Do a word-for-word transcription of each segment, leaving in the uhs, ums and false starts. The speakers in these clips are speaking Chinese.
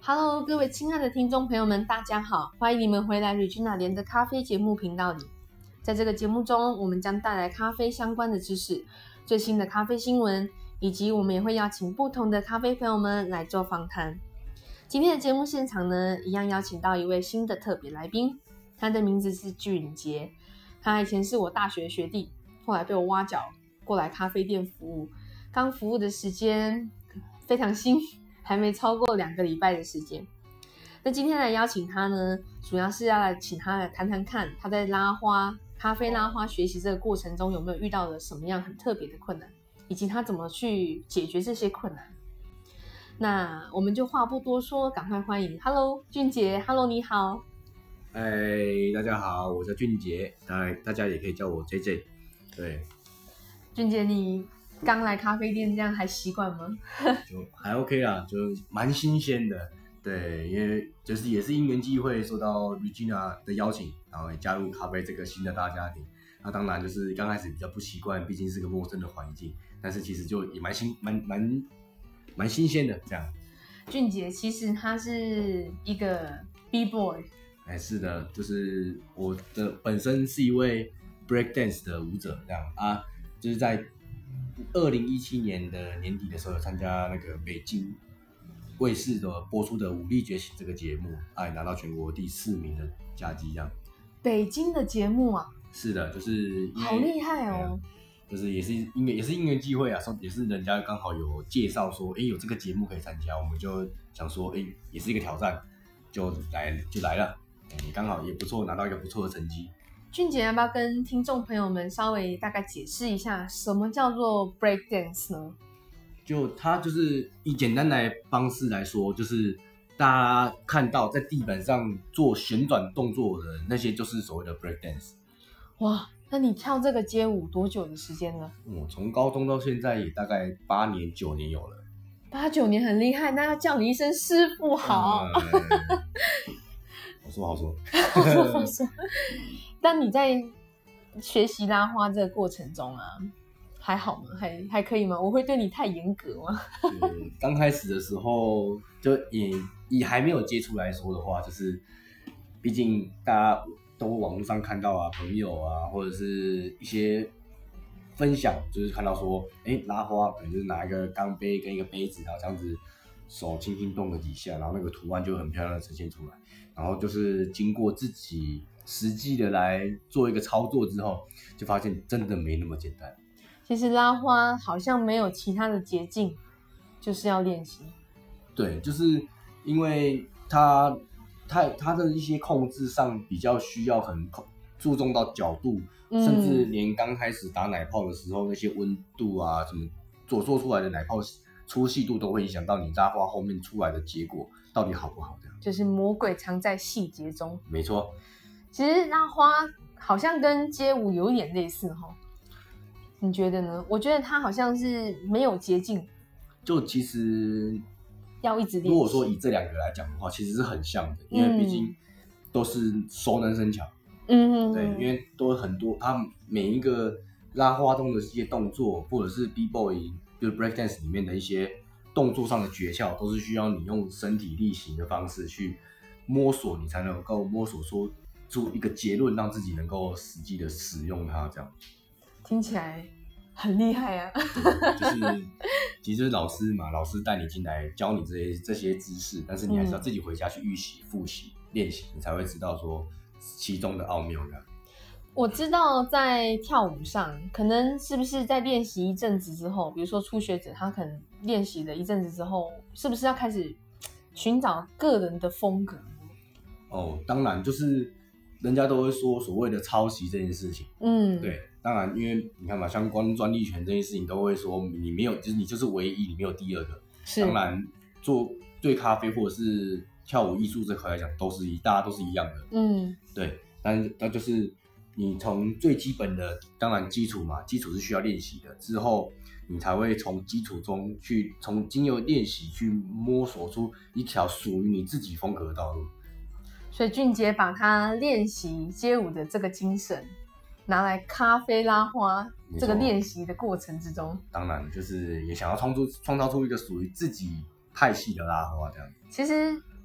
Hello， 各位亲爱的听众朋友们，大家好，欢迎你们回来 Regina 连的咖啡节目频道里。在这个节目中，我们将带来咖啡相关的知识、最新的咖啡新闻，以及我们也会邀请不同的咖啡朋友们来做访谈。今天的节目现场呢，一样邀请到一位新的特别来宾，他的名字是俊杰。他以前是我大学学弟，后来被我挖角过来咖啡店服务，刚服务的时间非常新，还没超过两个礼拜的时间。那今天来邀请他呢，主要是要来请他来谈谈看，他在拉花咖啡拉花学习这个过程中有没有遇到了什么样很特别的困难，以及他怎么去解决这些困难。那我们就话不多说，赶快欢迎 Hello 俊杰。 Hello 你好。 嗨，大家好，我叫俊杰，当然大家也可以叫我 J J。 对， 俊杰，你刚来咖啡店这样还习惯吗？ 就还 OK 啦，就蛮新鲜的。对，因为就是也是因缘际会受到 Regina 的邀请，然后也加入咖啡这个新的大家庭。那当然就是刚开始比较不习惯，毕竟是个陌生的环境，但是其实就也蛮新蛮蛮蛮新鲜的这样。 俊杰其实他是一个 B-boy。 哎，是的，就是我的本身是一位 breakdance 的舞者，这样啊，就是在二零一七年的年底的时候，有参加那个北京卫视的播出的《武力觉醒》这个节目，啊，也拿到全国第四名的佳绩，这样。 北京的节目啊？ 是的，就是好厉害哦！ 就是也是因为也是因缘际会啊，也是人家刚好有介绍说，哎，有这个节目可以参加，我们就想说，哎，也是一个挑战，就来就来了。你刚好也不错，拿到一个不错的成绩。 俊杰要不要跟听众朋友们稍微大概解释一下，什么叫做 breakdance 呢？ 就它就是以简单的方式来说，就是大家看到在地板上做旋转动作的那些，就是所谓的 breakdance。 哇，那你跳这个街舞多久的时间了？ 我从高中到现在也大概八年九年有了。 八九年很厉害，那要叫你一声师傅好。嗯好说好说， 好说好说。但你在学习拉花这个过程中啊，还好吗？还还可以吗？我会对你太严格吗？ 刚开始的时候，就以以还没有接触来说的话，就是毕竟大家都网络上看到啊，朋友啊，或者是一些分享，就是看到说，哎，拉花可能就是拿一个钢杯跟一个杯子，然后这样子手轻轻动个几下，然后那个图案就很漂亮的呈现出来。然后就是经过自己实际的来做一个操作之后，就发现真的没那么简单。 其实拉花好像没有其他的捷径，就是要练习。 对，就是因为它它它的一些控制上比较需要很注重到角度，嗯、甚至连刚开始打奶泡的时候那些温度啊，什么所做出来的奶泡粗细度都会影响到你拉花后面出来的结果到底好不好，这样。 就是魔鬼藏在细节中。 没错。 其实拉花好像跟街舞有一点类似齁，你觉得呢？我觉得它好像是没有捷径， 就其实要一直练习。 如果说以这两个来讲的话，其实是很像的，因为毕竟都是熟能生巧。嗯，对，因为都很多，它每一个拉花中的一些动作，或者是 B-boy 就是 breakdance 里面的一些动作上的诀窍，都是需要你用身体力行的方式去摸索，你才能够摸索出出一个结论，让自己能够实际的使用它。这样听起来很厉害啊！ 就是其实就是老师嘛，老师带你进来教你这些这些知识，但是你还是要自己回家去预习、复习、练习，你才会知道说其中的奥妙的。 我知道在跳舞上，可能是不是在练习一阵子之后，比如说初学者，他可能练习了一阵子之后，是不是要开始寻找个人的风格？ 哦，当然，就是人家都会说所谓的抄袭这件事情。嗯，对，当然，因为你看嘛，相关专利权这件事情都会说你没有，就是你就是唯一，你没有第二个。是，当然做对咖啡或者是跳舞艺术这块来讲，都是一大家都是一样的。嗯，对，但但就是。你从最基本的，当然基础嘛，基础是需要练习的，之后你才会从基础中去，从经由练习去摸索出一条属于你自己风格的道路。 所以俊杰把他练习街舞的这个精神拿来咖啡拉花这个练习的过程之中， 当然就是也想要创出创造出一个属于自己派系的拉花这样。 其实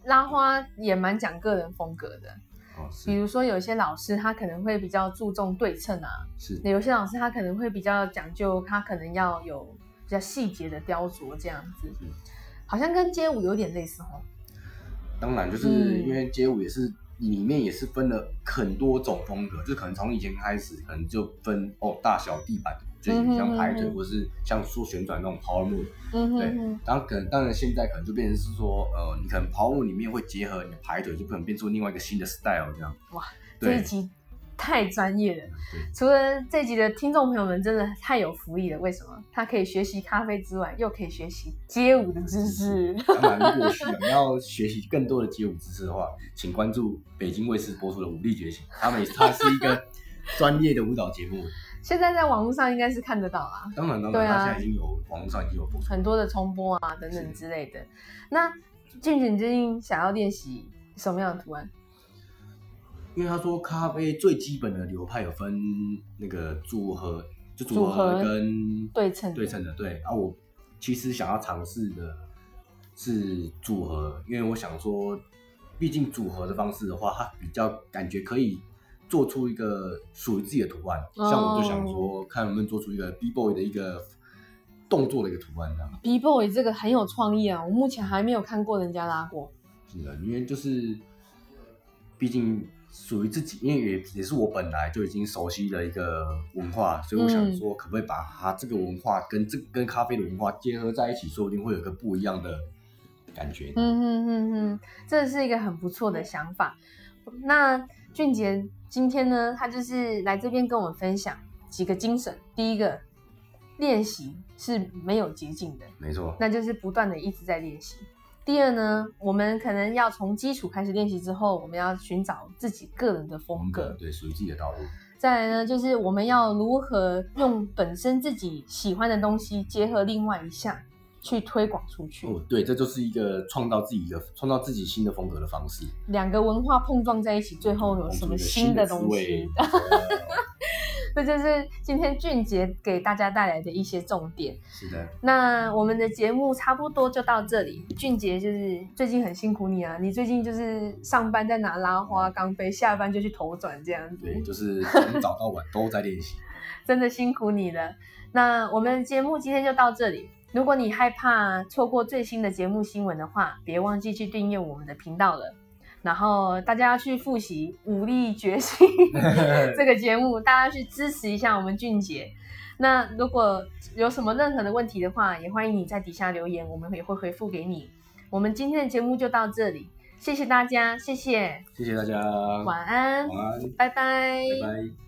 拉花也蛮讲个人风格的。 哦， 比如说有些老师他可能会比较注重对称啊， 是有些老师他可能会比较讲究，他可能要有比较细节的雕琢这样子，好像跟街舞有点类似哦。 当然，就是因为街舞也是、嗯、里面也是分了很多种风格，就可能从以前开始，可能就分哦大小地板，就是像排腿、嗯、或是像做旋转那种 power move，嗯对，然后可能当然现在可能就变成是说，呃，你可能 power move 里面会结合你的排腿，就可能变出另外一个新的 style 这样。 哇，这一集太专业了。除了这一集的听众朋友们真的太有福利了，为什么？他可以学习咖啡之外，又可以学习街舞的知识。 当然，如果需要你要学习更多的街舞知识的话，请关注北京卫视播出的《武力觉醒》，他们它是一个专业的舞蹈节目。 现在在网络上应该是看得到啦。 当然，当然，啊、它现在已经有网络上已经有播出很多的冲播啊等等之类的。那俊俊最近想要练习什么样的图案？ 因为他说咖啡最基本的流派有分那个组合，就组合跟对称对称的，对。然后我其实想要尝试的是组合，因为我想说，毕竟组合的方式的话，它比较感觉可以做出一个属于自己的图案。哦、像我就想说，看能不能做出一个 B-boy 的一个动作的一个图案这样。 B-boy 这个很有创意啊，我目前还没有看过人家拉过。 是的，因为就是毕竟。属于自己，因为也也是我本来就已经熟悉的一个文化，所以我想说，可不可以把它这个文化跟这跟咖啡的文化结合在一起，说不定会有一个不一样的感觉。 嗯哼哼哼，这是一个很不错的想法。那俊杰今天呢，他就是来这边跟我们分享几个精神。第一个，练习是没有捷径的， 没错， 那就是不断的一直在练习。第二呢，我们可能要从基础开始练习之后，我们要寻找自己个人的风格， 对，属于自己的道路。 再来呢，就是我们要如何用本身自己喜欢的东西，结合另外一项去推广出去。 哦，对，这就是一个创造自己的、创造自己新的风格的方式。 两个文化碰撞在一起，最后有什么新的东西？这就是今天俊杰给大家带来的一些重点。 是的， 那我们的节目差不多就到这里。俊杰就是最近很辛苦你啊，你最近就是上班在拿拉花钢杯，下班就去头转这样子。 对，就是从早到晚都在练习。 真的辛苦你了。那我们的节目今天就到这里。如果你害怕错过最新的节目新闻的话，别忘记去订阅我们的频道了。然后大家要去复习《武力觉醒》这个节目，大家去支持一下我们俊杰。那如果有什么任何的问题的话，也欢迎你在底下留言，我们也会回复给你。我们今天的节目就到这里，谢谢大家，谢谢， 谢谢大家， 晚安， 晚安， 拜拜， 拜拜。